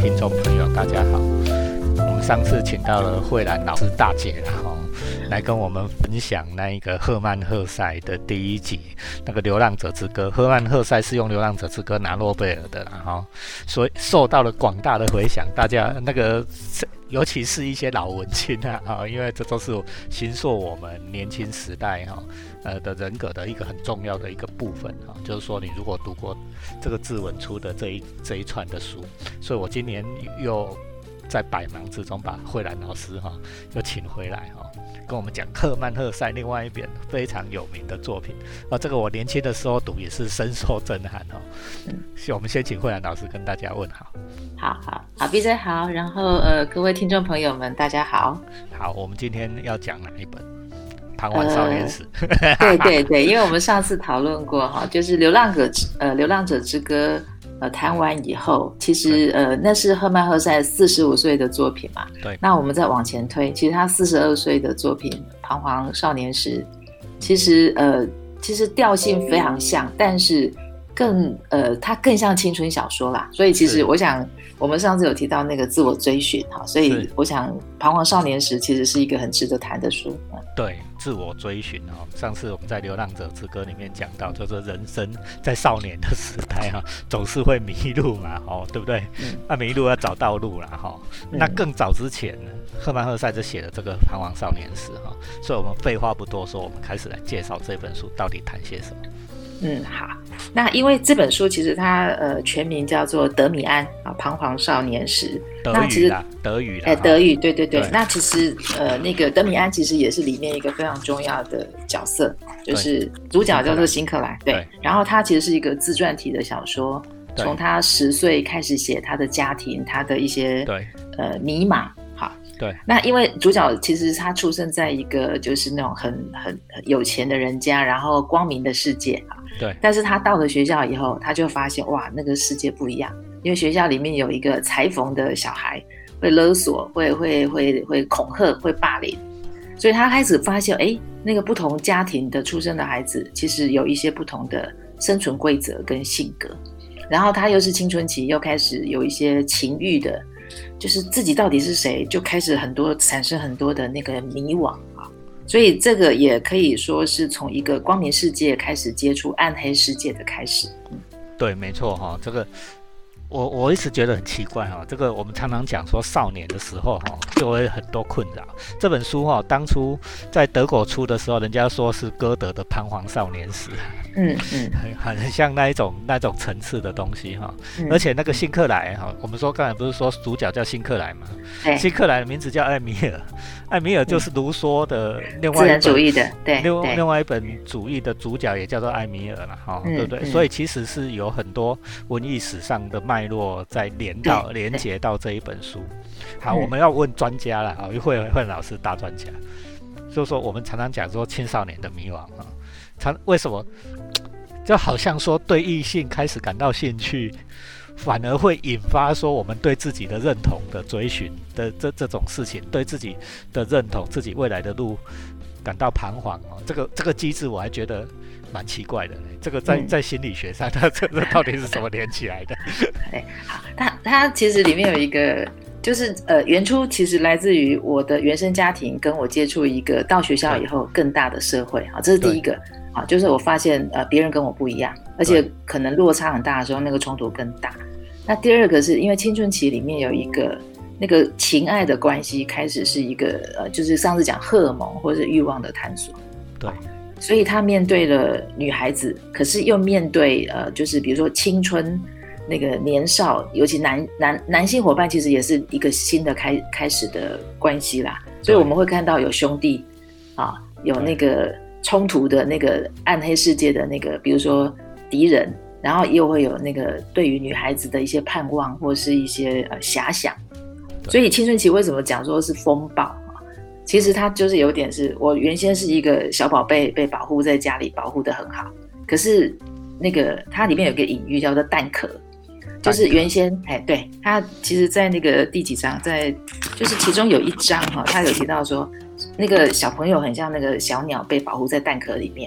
听众朋友，大家好。我们上次请到了慧兰老师大姐来跟我们分享那一个赫曼赫塞的第一集，那个《流浪者之歌》。赫曼赫塞是用《流浪者之歌》拿诺贝尔的啦，所以受到了广大的回响。大家那个，尤其是一些老文青因为这都是形塑我们年轻时代的人格的一个很重要的一个部分就是说，你如果读过这个志文出的这一串的书，所以我今年又在百忙之中把慧兰老师又请回来跟我们讲赫曼赫塞另外一本非常有名的作品这个我年轻的时候读也是深受震撼我们先请慧兰老师跟大家问好。 好 BJ 好，然后各位听众朋友们大家好。 好，我们今天要讲哪一本？彷徨少年时对，因为我们上次讨论过就是流浪者之歌谈完以后，其实那是赫曼赫塞45岁的作品嘛。 对。 那我们再往前推，其实他42岁的作品《彷徨少年时》，其实调性非常像，但是它更像青春小说啦。所以其实我想，我们上次有提到那个自我追寻所以我想《彷徨少年时》其实是一个很值得谈的书。 对，自我追寻上次我们在《流浪者之歌》里面讲到，就是人生在少年的时代总是会迷路嘛对不对？迷路要找道路啦那更早之前呢，赫曼赫塞就写了这个《彷徨少年时》所以我们废话不多说，我们开始来介绍这本书到底谈些什么。 好，那因为这本书其实它全名叫做德米安彷徨少年时， 德语对。那其实那个德米安其实也是里面一个非常重要的角色，就是主角叫做辛克莱，对。然后他其实是一个自传体的小说，从他10岁开始写他的家庭，他的一些迷茫。 对， 那因为主角其实他出生在一个就是那种很有钱的人家，然后光明的世界对。 但是他到了学校以后，他就发现哇，那个世界不一样，因为学校里面有一个裁缝的小孩会勒索，会恐吓，会霸凌，所以他开始发现，那个不同家庭的出生的孩子，其实有一些不同的生存规则跟性格。然后他又是青春期，又开始有一些情欲的。就是自己到底是谁，就开始产生很多的那个迷惘所以这个也可以说是从一个光明世界开始接触暗黑世界的开始。 对，没错这个我一直觉得很奇怪这个我们常常讲说少年的时候就会很多困扰。这本书当初在德国出的时候，人家说是歌德的《彷徨少年时》很像那一种层次的东西而且那个辛克莱我们说刚才不是说主角叫辛克莱吗？辛克莱的名字叫艾米尔，艾米尔就是卢梭的另外一本自然主义的另外一本主义的主角也叫做艾米尔啦对不对？所以其实是有很多文艺史上的脉络在连接到这一本书。好，我们要问专家啦慧老师大专家，就是说我们常常讲说青少年的迷惘为什么就好像说对异性开始感到兴趣，反而会引发说我们对自己的认同的追寻的这种事情，对自己的认同，自己未来的路感到彷徨这个机制我还觉得蛮奇怪的。这个在心理学上它这到底是怎么连起来的？ 好，它其实里面有一个就是原初其实来自于我的原生家庭，跟我接触一个到学校以后更大的社会这是第一个就是我发现别人跟我不一样，而且可能落差很大的时候，那个冲突更大。那第二个是因为青春期里面有一个那个情爱的关系开始是一个就是上次讲荷尔蒙或者是欲望的探索。 对， 所以他面对了女孩子，可是又面对就是比如说青春那个年少，尤其男性伙伴其实也是一个新的开始的关系啦。所以我们会看到有兄弟有那个冲突的那个暗黑世界的那个比如说敌人，然后又会有那个对于女孩子的一些盼望或是一些遐想。所以青春期为什么讲说是风暴其实它就是有点是我原先是一个小宝贝被保护在家里保护得很好，可是那个它里面有一个隐喻叫做蛋壳，就是原先对，它其实在那个第几章，在就是其中有一章它有提到说那个小朋友很像那个小鸟被保护在蛋壳里面，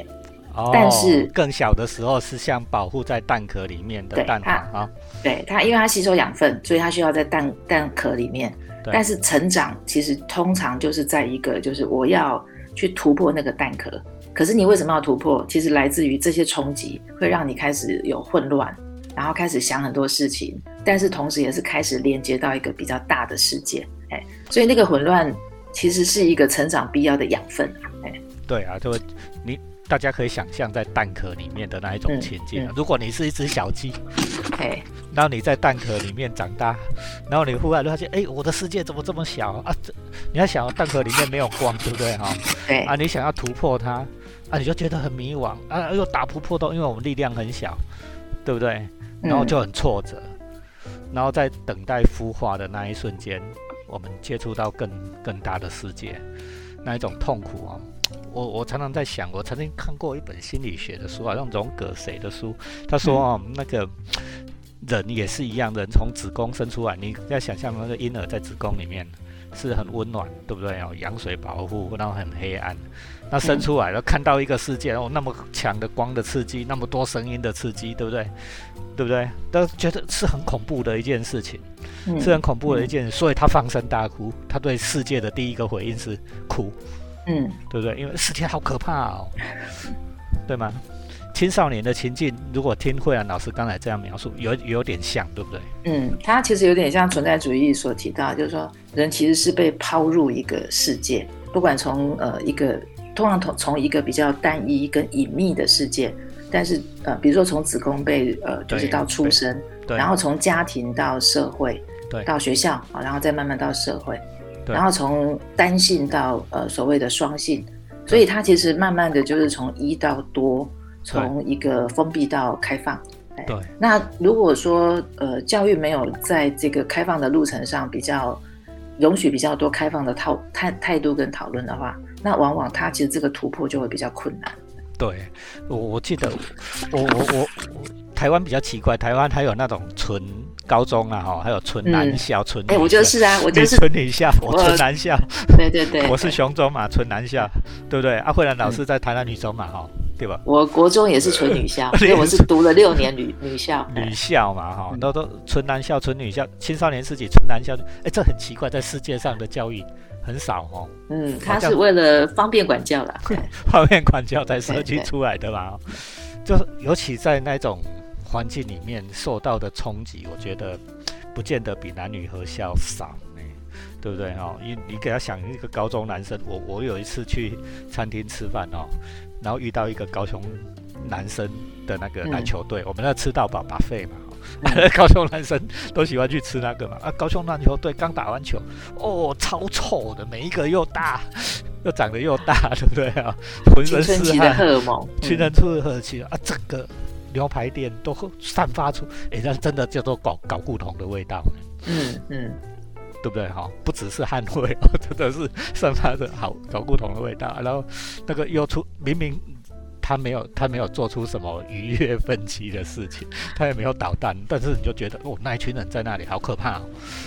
但是更小的时候是像保护在蛋壳里面的蛋黄啊。 对它，因为它吸收养分，所以它需要在蛋壳里面。但是成长其实通常就是在一个，就是我要去突破那个蛋壳。可是你为什么要突破？其实来自于这些冲击，会让你开始有混乱，然后开始想很多事情，但是同时也是开始连接到一个比较大的世界。所以那个混乱其实是一个成长必要的养分。 对啊，就大家可以想象在蛋壳里面的那一种情境。如果你是一只小鸡，然后你在蛋壳里面长大，然后你忽然发现，我的世界怎么这么小啊？你要想蛋壳里面没有光，对不对哈？你想要突破它你就觉得很迷惘又打不破洞，因为我们力量很小，对不对？然后就很挫折，然后在等待孵化的那一瞬间，我们接触到更大的世界，那一种痛苦我常常在想，我曾经看过一本心理学的书，好像荣格谁的书，他说那个人也是一样，人从子宫生出来，你要想象那个婴儿在子宫里面是很温暖，对不对羊水保护，然后很黑暗，那生出来了看到一个世界那么强的光的刺激，那么多声音的刺激，对不对？对不对？都觉得是很恐怖的一件事情，是很恐怖的一件事，所以他放声大哭，他对世界的第一个回应是哭。对不对？因为世界好可怕对吗？青少年的情境，如果听慧兰老师刚才这样描述，有点像，对不对？ 它其实有点像存在主义所提到，就是说人其实是被抛入一个世界，不管从通常从一个比较单一跟隐秘的世界，但是比如说从子宫被就是到出生，然后从家庭到社会，到学校然后再慢慢到社会。然后从单性到所谓的双性，所以它其实慢慢的就是从一到多，从一个封闭到开放。 对。 那如果说教育没有在这个开放的路程上比较容许比较多开放的态度跟讨论的话，那往往它其实这个突破就会比较困难。 对，我记得我台湾比较奇怪，台湾还有那种纯高中还有纯男校、纯女校。 我就是啊，我就是纯女校，我纯男校。 对， 我是雄中嘛，纯男校，对不对？慧兰老师在台南女中嘛，对吧？ 我国中也是纯女校，所以我是读了6年女校。 女校嘛，都纯男校、纯女校，青少年时期纯男校，这很奇怪，在世界上的教育很少它是为了方便管教啦， 方便管教才设计出来的嘛。就是尤其在那种环境里面受到的冲击，我觉得不见得比男女合校少，对不对？你给他想一个高中男生，我有一次去餐厅吃饭然后遇到一个高雄男生的那个篮球队，我们那吃到饱 buffet 嘛。高雄男生都喜欢去吃那个嘛高雄篮球队刚打完球超臭的，每一个又大又长得又大，对不对浑身是汗，青春期的荷尔蒙，青春期的荷尔蒙整个牛排店都散发出那真的叫做睾固酮的味道对不对不只是汗味真的是散发着睾固酮的味道，然后那个又明明他没有做出什么逾越分歧的事情，他也没有捣蛋，但是你就觉得那一群人在那里好可怕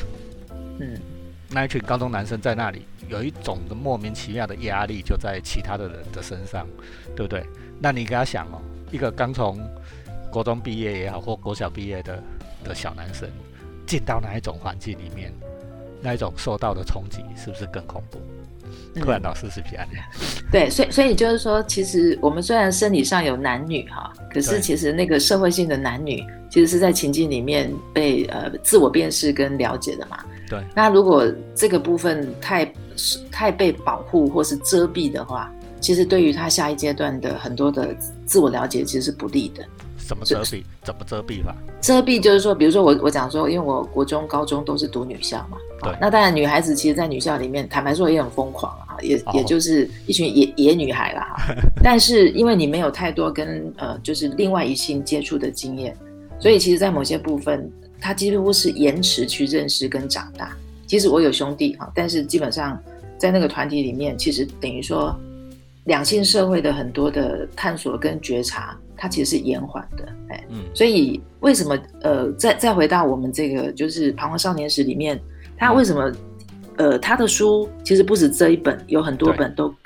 那一群高中男生在那里有一种的莫名其妙的压力就在其他的人的身上，对不对？那你给他想一个刚从国中毕业也好或国小毕业的小男生进到那一种环境里面，那一种受到的冲击是不是更恐怖？慧兰老师是这样的。 对，所以就是说，其实我们虽然生理上有男女可是其实那个社会性的男女其实是在情境里面被自我辨识跟了解的嘛。 对。 那如果这个部分太被保护或是遮蔽的话，其实对于他下一阶段的很多的自我了解其实是不利的。 怎么遮蔽？怎么遮蔽法？ 遮蔽就是说，比如说我讲说，因为我国中、高中都是读女校嘛，那当然女孩子其实，在女校里面，坦白说也很疯狂也就是一群野女孩啦但是因为你没有太多跟就是另外一性接触的经验，所以其实，在某些部分，她几乎是延迟去认识跟长大。即使我有兄弟但是基本上在那个团体里面，其实等于说两性社会的很多的探索跟觉察，它其实是延缓的。所以为什么再回到我们这个就是彷徨少年时里面，他为什么他的书其实不止这一本，有很多本都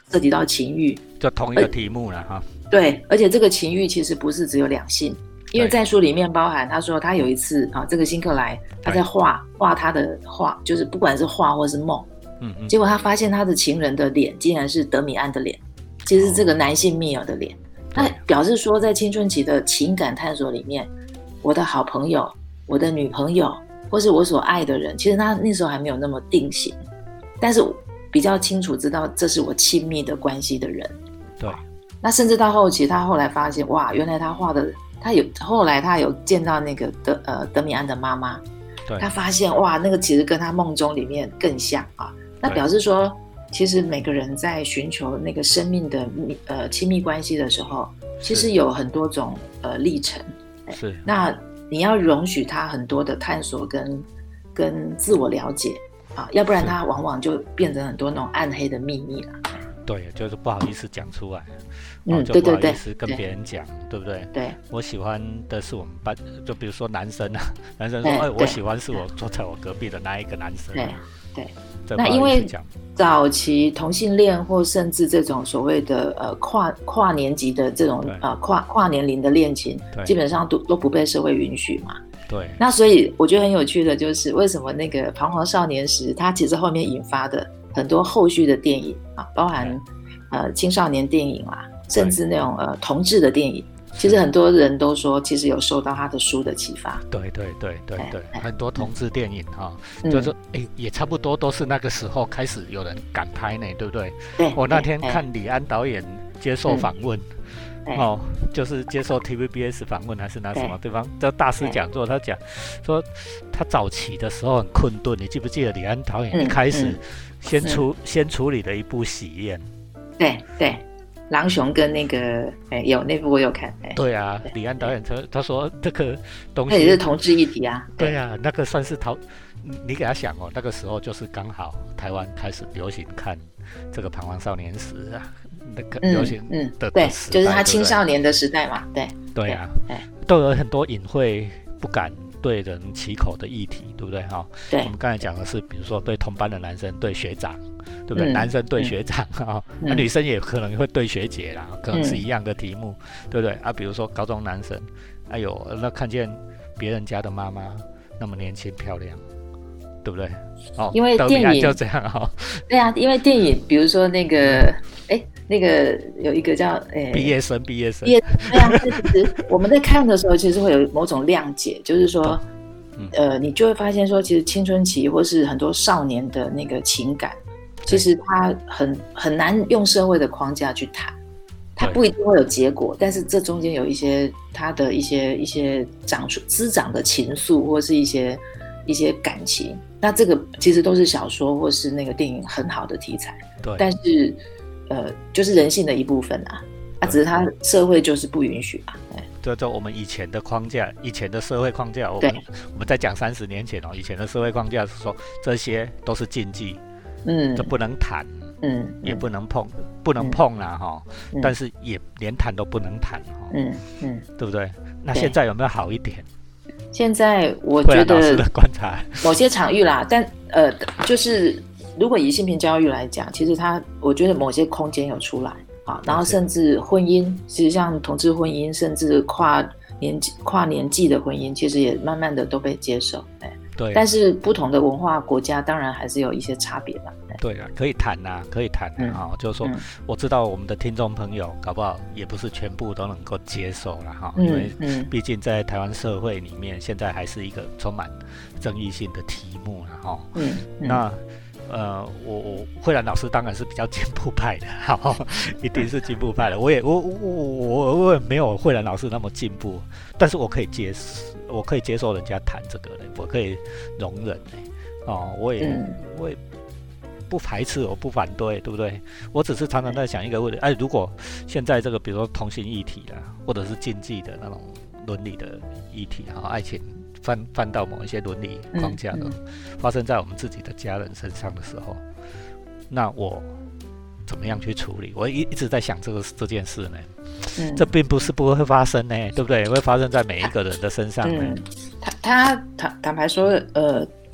涉及到情欲， 就同一个题目了哈。 对，而且这个情欲其实不是只有两性，因为在书里面包含他说他有一次这个辛克莱他在画他的画，就是不管是画或是梦，结果他发现他的情人的脸竟然是德米安的脸，其实是这个男性密尔的脸。那表示说在青春期的情感探索里面，我的好朋友、我的女朋友或是我所爱的人，其实他那时候还没有那么定型，但是比较清楚知道这是我亲密的关系的人。 对， 那甚至到后期他后来发现，哇，原来他画的后来他有见到那个德米安的妈妈，他发现哇，那个其实跟他梦中里面更像啊。那表示说其实每个人在寻求那个生命的亲密关系的时候，其实有很多种历程。 是， 那你要容许他很多的探索跟自我了解啊，要不然他往往就变成很多那种暗黑的秘密了。对， 就是不好意思讲出来， 就不好意思跟别人讲，对不对？ 对， 我喜欢的是我们班，就比如说男生啊，男生说，我喜欢是我坐在我隔壁的那一个男生。 对，那因为早期同性恋或甚至这种所谓的跨年级的这种跨年龄的恋情，基本上都不被社会允许嘛。 对， 那所以我觉得很有趣的就是为什么那个彷徨少年时，它其实后面引发的很多后续的电影啊，包含青少年电影啦，甚至那种同志的电影。其实很多人都说，其实有受到他的书的启发。 对，很多同志电影就是也差不多都是那个时候开始有人敢拍呢，对不对？ 对。 我那天看李安导演接受访问，就是接受 TVBS 访问还是拿什么对方叫大师讲座，他讲说他早期的时候很困顿，你记不记得李安导演一开始先处理了一部喜宴？ 对。狼熊跟那个有那部我有看。 对啊，李安导演他说这个东西那也是同志议题啊。 对啊，那个算是你给他想那个时候就是刚好台湾开始流行看这个彷徨少年时啊，那个流行的对，就是他青少年的时代嘛。 对啊，都有很多隐晦不敢对人启口的议题，对不对？ 对， 我们刚才讲的是比如说对同班的男生对学长，对不对？男生对学长女生也可能会对学姐啦，可能是一样的题目，对不对？比如说高中男生，那看见别人家的妈妈那么年轻漂亮，对不对？ 因为电影就这样对啊，因为电影比如说那个有一个叫毕业生，对啊， 其实我们在看的时候，其实会有某种谅解，就是说，你就会发现说，其实青春期或是很多少年的那个情感，其实他很难用社会的框架去谈，他不一定会有结果，但是这中间有一些他的一些滋长的情愫，或是一些感情，那这个其实都是小说或是那个电影很好的题材， 对， 但是就是人性的一部分啊，只是他社会就是不允许嘛。 就我们以前的框架，以前的社会框架，我们在讲30年前以前的社会框架是说这些都是禁忌，这不能谈，也不能碰啦但是也连谈都不能谈对不对？那现在有没有好一点？现在我觉得老师的观察， 某些场域啦，但就是如果以性平教育来讲，其实我觉得某些空间有出来然后甚至婚姻，其实像同志婚姻，甚至跨年纪的婚姻，其实也慢慢的都被接受。 对， 但是不同的文化国家当然还是有一些差别嘛。 对啊，可以谈就是说我知道我们的听众朋友搞不好也不是全部都能够接受啦因为毕竟在台湾社会里面，现在还是一个充满争议性的题目啦那我慧兰老师当然是比较进步派的，一定是进步派的。我也没有慧兰老师那么进步，但是我可以接受人家谈这个我可以容忍我也不排斥，我不反对，对不对？我只是常常在想一个问题，如果现在这个比如说同性议题或者是禁忌的那种伦理的议题爱情翻到某一些伦理框架的发生在我们自己的家人身上的时候，那我怎么样去处理？我一直在想这件事呢。这并不是不会发生呢，对不对？会发生在每一个人的身上呢。 他坦白说，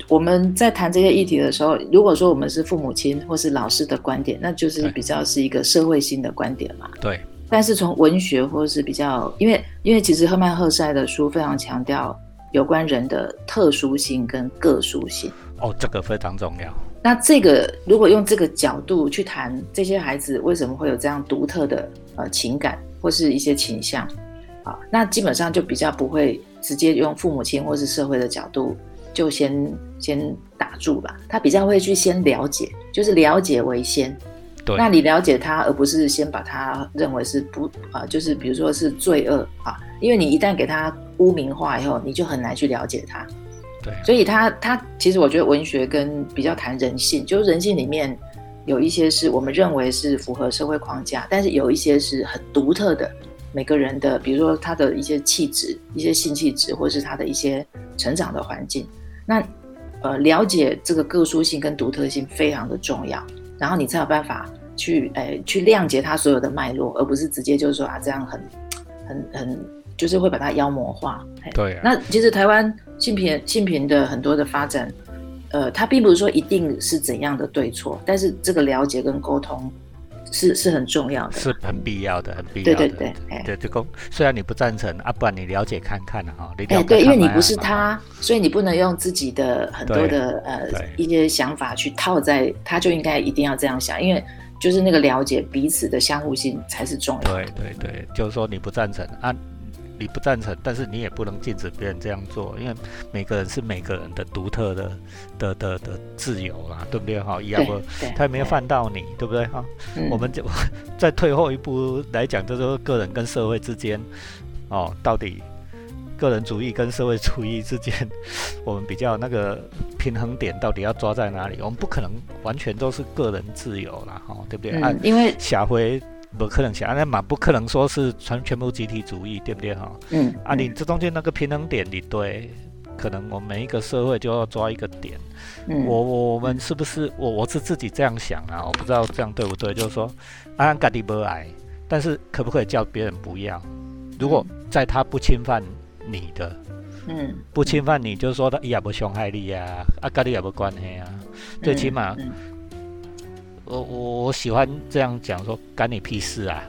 我们在谈这些议题的时候，如果说我们是父母亲或是老师的观点，那就是比较是一个社会性的观点嘛。 对。 但是从文学或是比较，因为其实赫曼·赫塞的书非常强调有关人的特殊性跟个殊性。 这个非常重要。 那这个如果用这个角度去谈这些孩子为什么会有这样独特的情感或是一些倾向，那基本上就比较不会直接用父母亲或是社会的角度就先打住吧，他比较会去先了解，就是了解为先。 对， 那你了解他，而不是先把他认为是就是比如说是罪恶啊，因为你一旦给他污名化以后，你就很难去了解他。 对， 所以他其实我觉得文学跟比较谈人性，就是人性里面有一些是我们认为是符合社会框架，但是有一些是很独特的，每个人的，比如说他的一些气质、一些性气质，或是他的一些成长的环境。那了解这个个殊性跟独特性非常的重要，然后你才有办法去谅解他所有的脉络，而不是直接就是说这样很就是会把它妖魔化。 对。 那其实台湾性平的很多的发展，它并不是说一定是怎样的对错，但是这个了解跟沟通是很重要的，是很必要的，很必要的。 对， 虽然你不赞成不然你了解看看你了解对，因为你不是他，所以你不能用自己的很多的一些想法去套在他就应该一定要这样想，因为就是那个了解彼此的相互性才是重要的。 对，就是说你不赞成你不赞成，但是你也不能禁止别人这样做，因为每个人是每个人的独特的自由啦，对不对？他也没有犯到你，对不对？我们就再退后一步来讲，就是个人跟社会之间，到底个人主义跟社会主义之间，我们比较那个平衡点到底要抓在哪里？我们不可能完全都是个人自由啦，对不对？ 因为社会不可能那嘛不可能说是全部集体主义，对不对？你这中间那个平衡点，你对，可能我们每一个社会就要抓一个点。我们是不是我是自己这样想啊？我不知道这样对不对？就是说，自己不爱，但是可不可以叫别人不要？如果在他不侵犯你的，不侵犯你，就是说他也不伤害你啊，跟你也没关系啊，最起码。我喜欢这样讲说，干你屁事啊！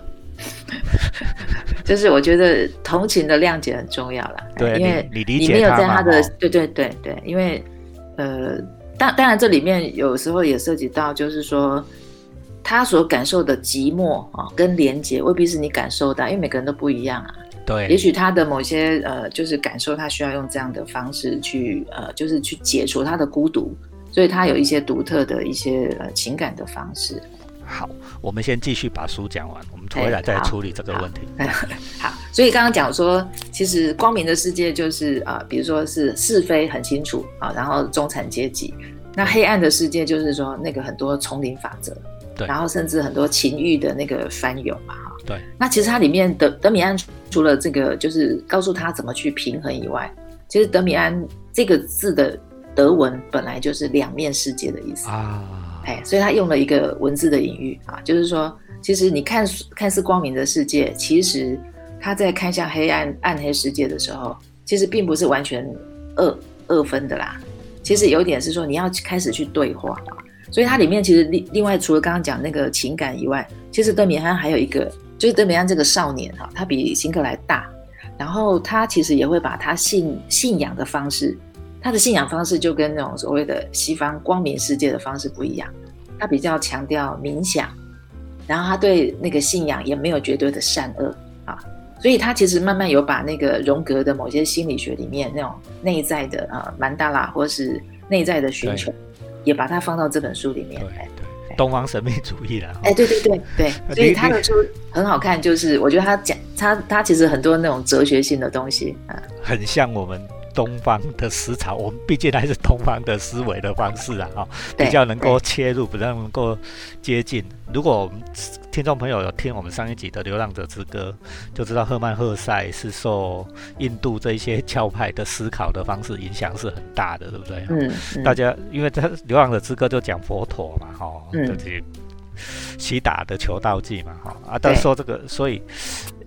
就是我觉得同情的谅解很重要啦。 对， 因为你理解你没有在他的对，因为当然这里面有时候也涉及到，就是说他所感受的寂寞跟连结未必是你感受到，因为每个人都不一样啊。 对， 也许他的某些就是感受，他需要用这样的方式去就是去解除他的孤独。所以他有一些独特的一些情感的方式。 好，我们先继续把书讲完，我们回来再处理这个问题。 好，所以刚刚讲说，其实光明的世界就是比如说是非很清楚然后中产阶级。那黑暗的世界就是说那个很多丛林法则，对，然后甚至很多情欲的那个翻涌嘛对。 那其实它里面德米安除了这个就是告诉他怎么去平衡以外，其实德米安这个字的德文本来就是两面世界的意思所以他用了一个文字的隐喻就是说，其实你看似光明的世界，其实他在看向暗黑世界的时候，其实并不是完全二分的啦。其实有点是说你要开始去对话所以它里面其实另外除了刚刚讲那个情感以外，其实德米安还有一个，就是德米安这个少年他比辛克莱大，然后他其实也会把他信仰的方式。他的信仰方式就跟那种所谓的西方光明世界的方式不一样，他比较强调冥想，然后他对那个信仰也没有绝对的善恶所以他其实慢慢有把那个荣格的某些心理学里面那种内在的曼达拉或是内在的寻求，也把它放到这本书里面。 对，东方神秘主义啦。 对，所以他的书很好看，就是我觉得他讲他其实很多那种哲学性的东西很像我们东方的思潮，我们毕竟还是东方的思维的方式比较能够切入，比较能够接近。如果我们听众朋友有听我们上一集的《流浪者之歌》，就知道赫曼·赫塞是受印度这一些教派的思考的方式影响是很大的，对不对？大家因为他《流浪者之歌》就讲佛陀嘛，就是悉达的求道记嘛，但说这个，所以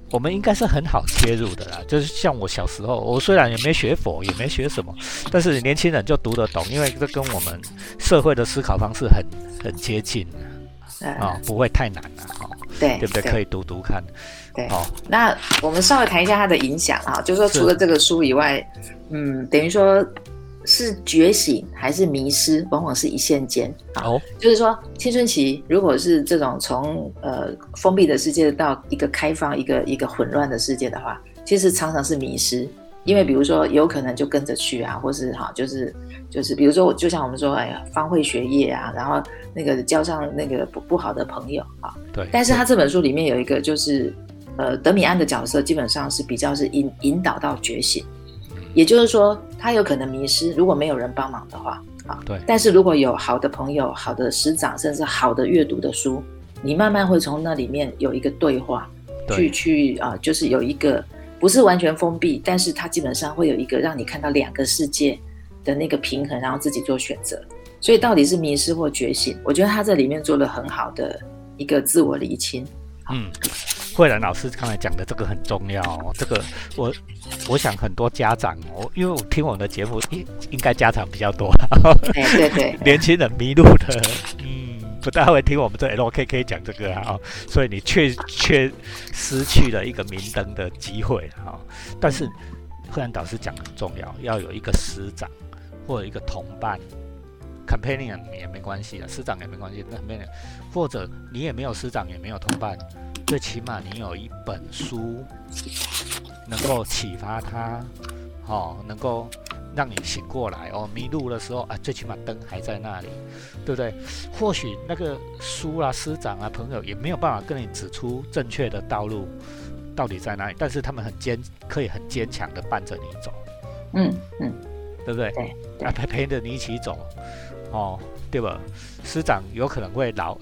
我们应该是很好切入的啦。就是像我小时候，我虽然也没学佛，也没学什么，但是年轻人就读得懂，因为这跟我们社会的思考方式很接近不会太难对不对？可以读读看。 对，那我们稍微谈一下它的影响就是说除了这个书以外，等于说是觉醒还是迷失，往往是一线间就是说青春期如果是这种从封闭的世界到一个开放一个混乱的世界的话，其实常常是迷失，因为比如说有可能就跟着去或是就是比如说就像我们说方会学业然后那个交上那个不好的朋友对。 但是他这本书里面有一个就是德米安的角色基本上是比较是引导到觉醒，也就是说他有可能迷失，如果没有人帮忙的话对。 但是如果有好的朋友、好的师长，甚至好的阅读的书，你慢慢会从那里面有一个对话，去就是有一个不是完全封闭，但是它基本上会有一个让你看到两个世界的那个平衡，然后自己做选择。所以到底是迷失或觉醒，我觉得他在里面做了很好的一个自我厘清。 慧兰老师刚才讲的这个很重要这个我想很多家长因为我听我的节目应该家长比较多对年轻人迷路的不大会听我们这 LKK 讲这个所以你却失去了一个明灯的机会但是慧兰导师讲很重要，要有一个师长或者一个同伴，companion 也没关系师长也没关系 companion， 或者你也没有师长也没有同伴，最起码你有一本书能够启发他能够让你醒过来迷路的时候最起码灯还在那里，对不对？或许那个书师长朋友也没有办法跟你指出正确的道路到底在哪里，但是他们可以很坚强的伴着你走，对不对？对，陪着你一起走对吧？师长有可能会老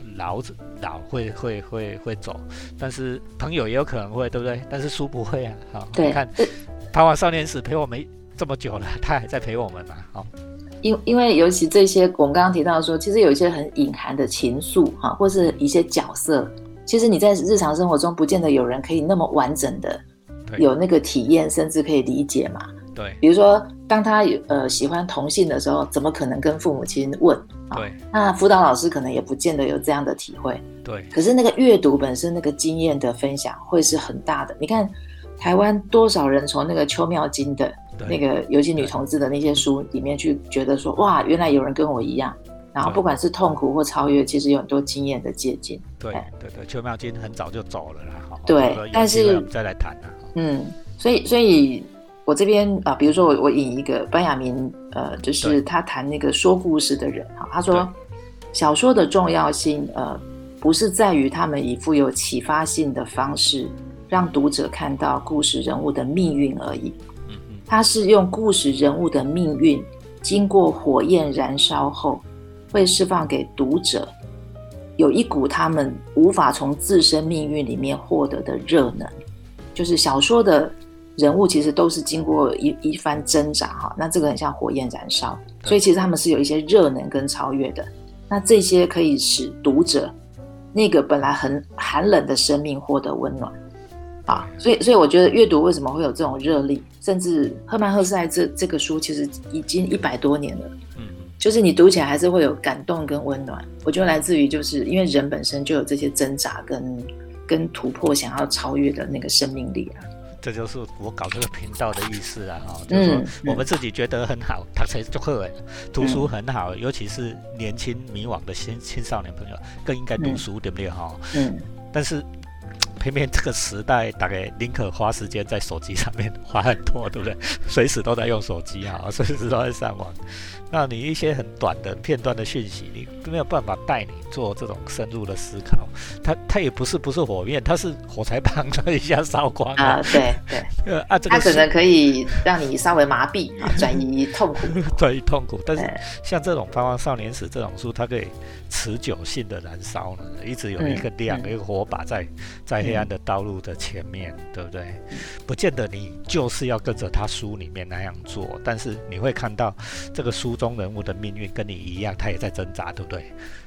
会走，但是朋友也有可能会，对不对？但是书不会你看台湾少年史陪我们这么久了，他还在陪我们因为尤其这些我们刚刚提到说，其实有一些很隐含的情愫或是一些角色，其实你在日常生活中不见得有人可以那么完整的有那个体验，甚至可以理解嘛。 对， 比如说当他喜欢同性的时候，怎么可能跟父母亲问对， 那辅导老师可能也不见得有这样的体会。 对， 可是那个阅读本身那个经验的分享会是很大的。你看台湾多少人从那个邱妙金的那个尤其女同志的那些书里面去觉得说，哇，原来有人跟我一样，然后不管是痛苦或超越，其实有很多经验的借鉴。 对，邱妙金很早就走了啦。 对，但是我们再来谈所以我这边比如说我引一个班雅明就是他谈那个说故事的人他说小说的重要性不是在于他们以富有启发性的方式让读者看到故事人物的命运而已，它是用故事人物的命运经过火焰燃烧后会释放给读者有一股他们无法从自身命运里面获得的热能，就是小说的人物其实都是经过一番挣扎那这个很像火焰燃烧，所以其实他们是有一些热能跟超越的，那这些可以使读者那个本来很寒冷的生命获得温暖所以我觉得阅读为什么会有这种热力，甚至赫曼·赫塞这个书其实已经100多年了就是你读起来还是会有感动跟温暖，我觉得来自于就是因为人本身就有这些挣扎跟突破想要超越的那个生命力这就是我搞这个频道的意思就是说我们自己觉得很好，读书就好读书很好尤其是年轻迷惘的青少年朋友更应该读书对不对但是偏偏这个时代大概宁可花时间在手机上面花很多，对不对？随时都在用手机随时都在上网，那你一些很短的片段的讯息你没有办法带你做这种深入的思考，它也不是火焰，它是火柴棒一下烧光对它可能可以让你稍微麻痹转移痛苦转移痛苦，但是像这种《繁华少年史》这种书，它可以持久性的燃烧呢，一直有一个亮一个火把在黑暗的道路的前面对不对？不见得你就是要跟着他书里面那样做，但是你会看到这个书中人物的命运跟你一样，他也在挣扎对不对？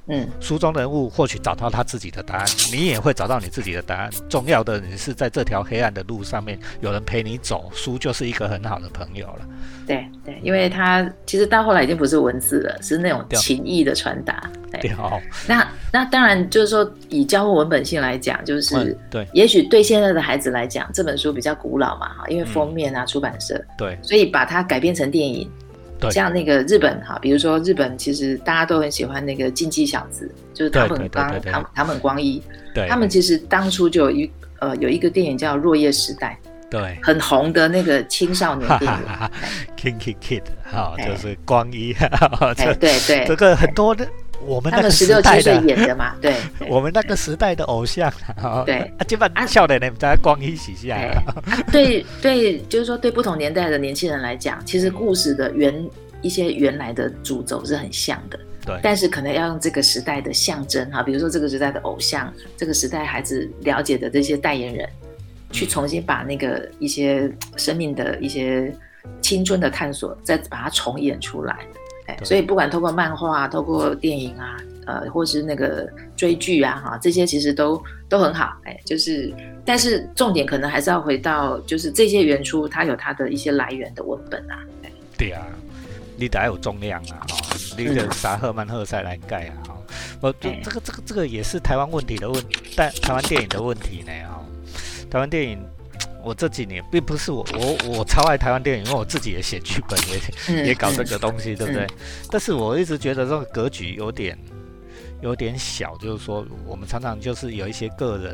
书中人物或许找到他自己的答案，你也会找到你自己的答案。重要的你是在这条黑暗的路上面有人陪你走，书就是一个很好的朋友了。 对对，因为他其实到后来已经不是文字了，是那种情意的传达。对，那当然就是说，以交互文本性来讲，就是对， 也许对现在的孩子来讲，这本书比较古老嘛，因为封面啊、出版社， 对， 所以把它改编成电影。像那个日本哈，比如说日本其实大家都很喜欢那个竞技小子，就是堂本光一，他们其实当初就有一个电影叫《落叶时代》。 对， 很红的那个青少年电影 ，Kinky Kid， 就是光一， 对， 这个很多的我们那个时代的 16、17岁演的嘛，对， 我们那个时代的偶像， 对， 基本上少年人在光一洗下， 对，就是说对不同年代的年轻人来讲，其实故事的一些原来的主轴是很像的。 对， 但是可能要用这个时代的象征哈，比如说这个时代的偶像，这个时代孩子了解的这些代言人。去重新把那个一些生命的一些青春的探索，再把它重演出来。所以不管透过漫画、透过电影啊，或是那个追剧啊，哈，这些其实都很好。就是，但是重点可能还是要回到，就是这些原初它有它的一些来源的文本啊。 对啊，你得有重量啊，你得撒赫曼赫塞来盖啊。这个也是台湾问题的问题，但台湾电影的问题呢，台湾电影，我这几年并不是我超爱台湾电影，因为我自己也写剧本，也搞这个东西，对不对？但是我一直觉得这个格局有点小，就是说我们常常就是有一些个人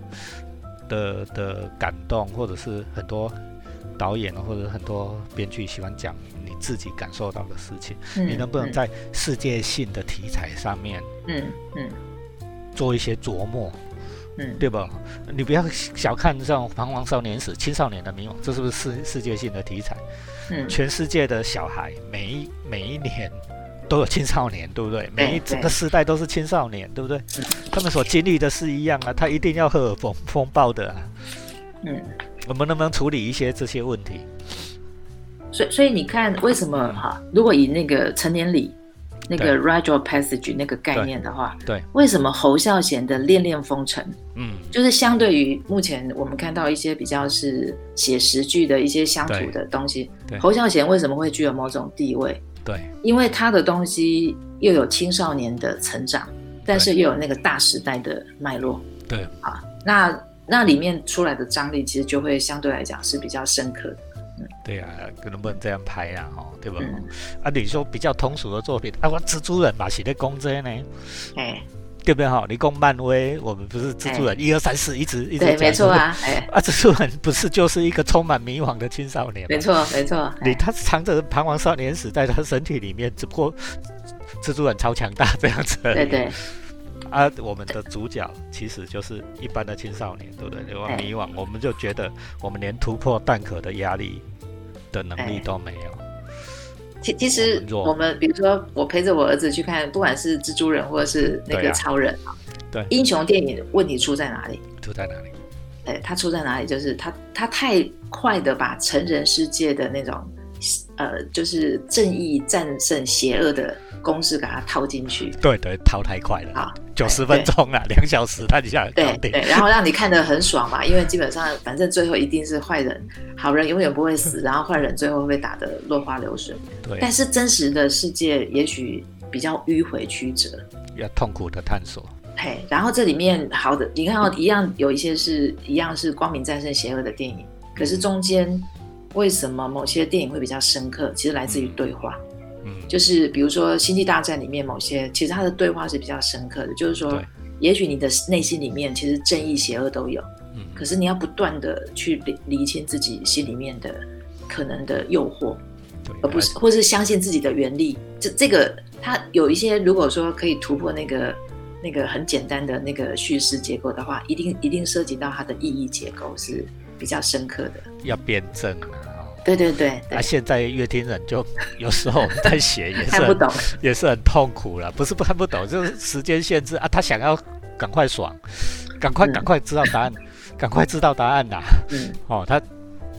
的感动，或者是很多导演或者很多编剧喜欢讲你自己感受到的事情，你能不能在世界性的题材上面，做一些琢磨？对吧？你不要小看这种彷徨少年时、青少年的迷惘，这是不是世界性的题材？全世界的小孩每一年都有青少年，对不对？整个时代都是青少年，对不对？他们所经历的是一样啊，他一定要荷尔蒙风暴的啊。我们能不能处理一些这些问题？ 所以你看，为什么哈？如果以那个成年礼。那个 rite of passage 那个概念的话， 对， 为什么侯孝贤的《恋恋风尘》就是相对于目前我们看到一些比较是写实剧的一些乡土的东西，侯孝贤为什么会具有某种地位？ 对， 因为他的东西又有青少年的成长，但是又有那个大时代的脉络， 对， 那里面出来的张力其实就会相对来讲是比较深刻的。 对啊，能不能这样拍啊？对吧？你说比较通俗的作品，我蜘蛛人嘛，是在讲这呢，对不对？你讲漫威，我们不是蜘蛛人1、2、3、4一直对，没错啊， 蜘蛛人不是就是一个充满迷惘的青少年吗？ 没错， 他藏着彷徨少年时在他身体里面，只不过蜘蛛人超强大这样子而已。对。我们的主角其实就是一般的青少年，对不对？迷惘，我们就觉得我们连突破蛋壳的压力的能力都没有。 其实我们比如说，我陪着我儿子去看，不管是蜘蛛人或者是那个超人对， 英雄电影问题出在哪里？它出在哪里？就是它太快的把成人世界的那种就是正义战胜邪恶的公式给它套进去。对， 套太快了，90分钟啊，2小时它就下来搞定。 对，然后让你看得很爽嘛，因为基本上反正最后一定是坏人，好人永远不会死，然后坏人最后会被打得落花流水。对，但是真实的世界也许比较迂回曲折， 要痛苦的探索。 然后这里面好的，你看到一样有一些是一样是光明战胜邪恶的电影，可是中间为什么某些电影会比较深刻？其实来自于对话。就是比如说《星际大战》里面某些，其实它的对话是比较深刻的，就是说，也许你的内心里面其实正义邪恶都有，可是你要不断的去厘清自己心里面的可能的诱惑，而不是或是相信自己的原力。这个它有一些，如果说可以突破那个很简单的那个叙事结构的话，一定涉及到它的意义结构是比较深刻的，要辩证啊。 对。 现在乐听人就有时候我们在写也是看不懂， 也是很痛苦了。不是看不懂，就是时间限制啊。他想要赶快爽，赶快知道答案，赶快知道答案呐。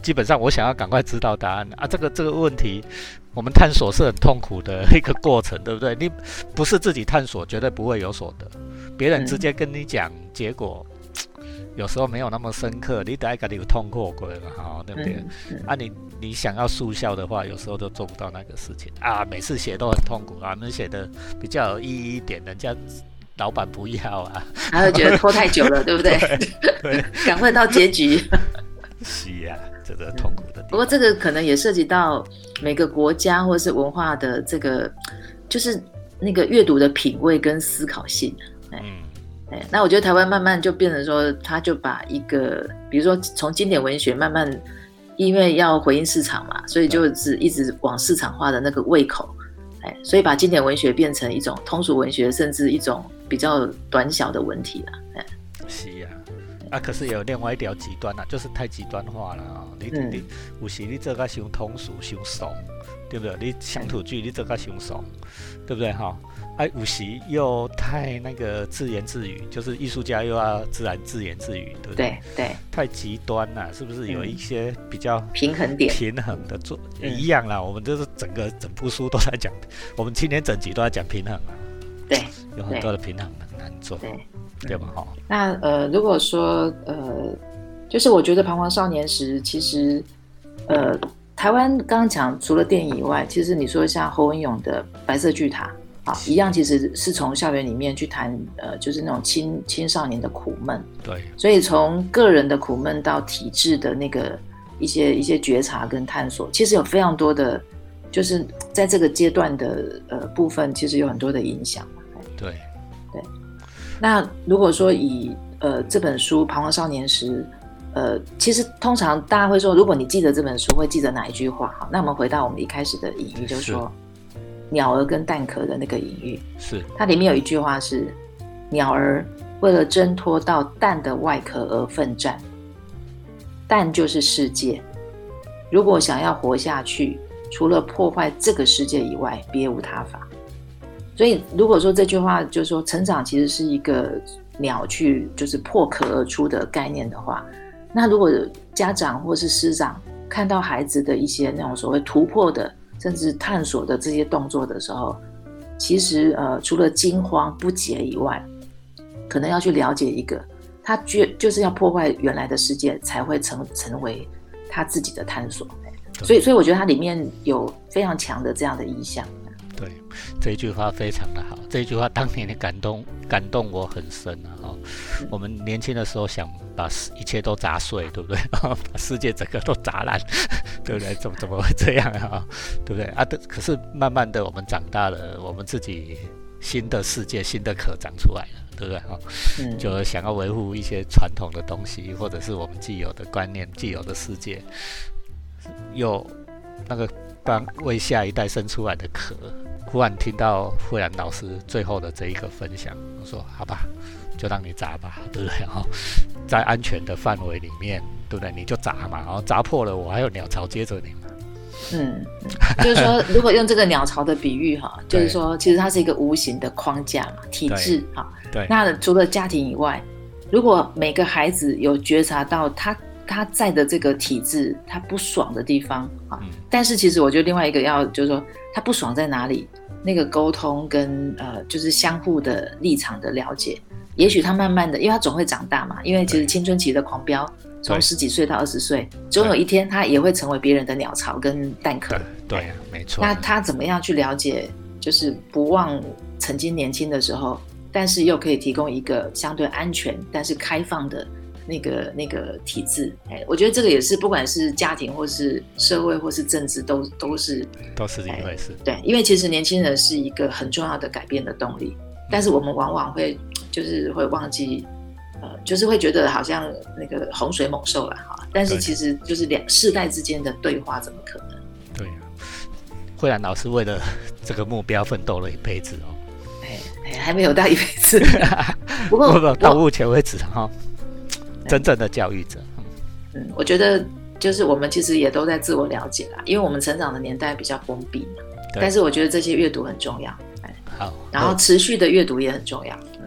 基本上我想要赶快知道答案啊，这个问题我们探索是很痛苦的一个过程，对不对？你不是自己探索，绝对不会有所得。别人直接跟你讲结果，有时候没有那么深刻，你得自己有痛过过嘛，对不对？啊，你想要速效的话，有时候都做不到那个事情啊。每次写都很痛苦啊，我们写的比较有意义一点，人家老板不要啊， 他会觉得拖太久了，对不对？ 对， 赶快到结局。 是啊，这个痛苦的地方。 不过这个可能也涉及到每个国家或是文化的这个，就是那个阅读的品味跟思考性。那我觉得台湾慢慢就变成说，他就把一个，比如说从经典文学慢慢，因为要回应市场嘛，所以就是一直往市场化的那个胃口，所以把经典文学变成一种通俗文学，甚至一种比较短小的文体了。 是啊，可是有另外一条极端啊，就是太极端化了啊。你有时你做到伤通俗、伤爽，对不对？你乡土剧你做到伤爽，对不对哈？有时又太那个自言自语，就是艺术家又要自言自语，对不对？ 对， 太极端了，是不是有一些比较平衡的做一样啦？我们就是整部书都在讲，我们今天整集都在讲平衡啊。 对， 有很多的平衡很难做，对吧？哈。 那如果说就是我觉得《彷徨少年时》其实台湾刚刚讲除了电影以外，其实你说像侯文詠的《白色巨塔》。一样，其实是从校园里面去谈，就是那种青少年的苦闷。对，所以从个人的苦闷到体制的那个一些觉察跟探索，其实有非常多的，就是在这个阶段的部分，其实有很多的影响。对。那如果说以这本书《彷徨少年时》，其实通常大家会说，如果你记得这本书，会记得哪一句话？好，那我们回到我们一开始的隐喻，就是说。鸟儿跟蛋壳的那个隐喻是，它里面有一句话是：鸟儿为了挣脱到蛋的外壳而奋战，蛋就是世界。如果想要活下去，除了破坏这个世界以外，别无他法。所以，如果说这句话就是说，成长其实是一个鸟去就是破壳而出的概念的话，那如果家长或是师长看到孩子的一些那种所谓突破的。甚至探索的这些动作的时候，其实除了惊慌不解以外，可能要去了解一个，他就是要破坏原来的世界，才会成为他自己的探索。所以我觉得它里面有非常强的这样的意象。 对，这一句话非常的好，这一句话当年的感动我很深啊！我们年轻的时候想把一切都砸碎，对不对？把世界整个都砸烂，对不对？怎么会这样啊？对不对啊？可是慢慢的我们长大了，我们自己新的世界、新的壳长出来了，对不对？就想要维护一些传统的东西，或者是我们既有的观念、既有的世界，又那个为下一代生出来的壳。忽然听到慧兰老师最后的这一个分享，我说好吧，就让你砸吧，对不对？在安全的范围里面，对不对？你就砸嘛，然后砸破了，我还有鸟巢接着你嘛。 就是说，如果用这个鸟巢的比喻哈，就是说，其实它是一个无形的框架嘛，体制哈。对。那除了家庭以外，如果每个孩子有觉察到他在的这个体制他不爽的地方啊，但是其实我觉得另外一个就是说他不爽在哪里，那个沟通跟就是相互的立场的了解，也许他慢慢的，因为他总会长大嘛，因为其实青春期的狂飙从10几岁到20岁，总有一天他也会成为别人的鸟巢跟蛋壳。对，没错。那他怎么样去了解，就是不忘曾经年轻的时候，但是又可以提供一个相对安全但是开放的那个体制，我觉得这个也是，不管是家庭或是社会或是政治，都是一回事。对，因为其实年轻人是一个很重要的改变的动力，但是我们往往会忘记，就是会觉得好像那个洪水猛兽了哈，但是其实就是世代之间的对话，怎么可能？对啊，慧兰老师为了这个目标奋斗了一辈子哦。还没有到一辈子，不过到目前为止哈。真正的教育者， 我觉得就是我们其实也都在自我了解啦，因为我们成长的年代比较封闭嘛，但是我觉得这些阅读很重要，好，然后持续的阅读也很重要。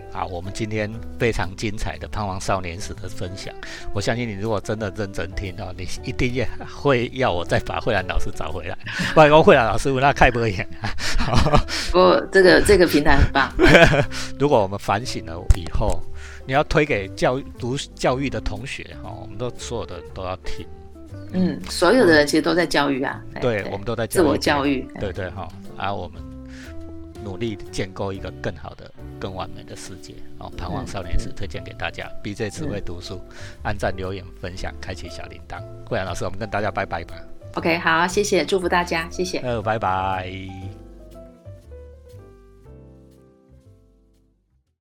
啊，我们今天非常精彩的彷徨少年时的分享，我相信你如果真的认真听你一定也会要我再把慧兰老师找回来，不然慧兰老师那开不演。 不过这个平台很棒。 如果我们反省了以后，你要推给读教育的同学，我们所有的人都要听。 所有的人其实都在教育啊。 对，我们都在教育， 自我教育。 对对哈，我们努力建构一个更好的、更完美的世界。彷徨少年时推荐给大家，BJ 只会读书，按赞、留言、分享，开启小铃铛。慧兰老师，我们跟大家拜拜吧。 OK， 好，谢谢，祝福大家，谢谢。 拜拜。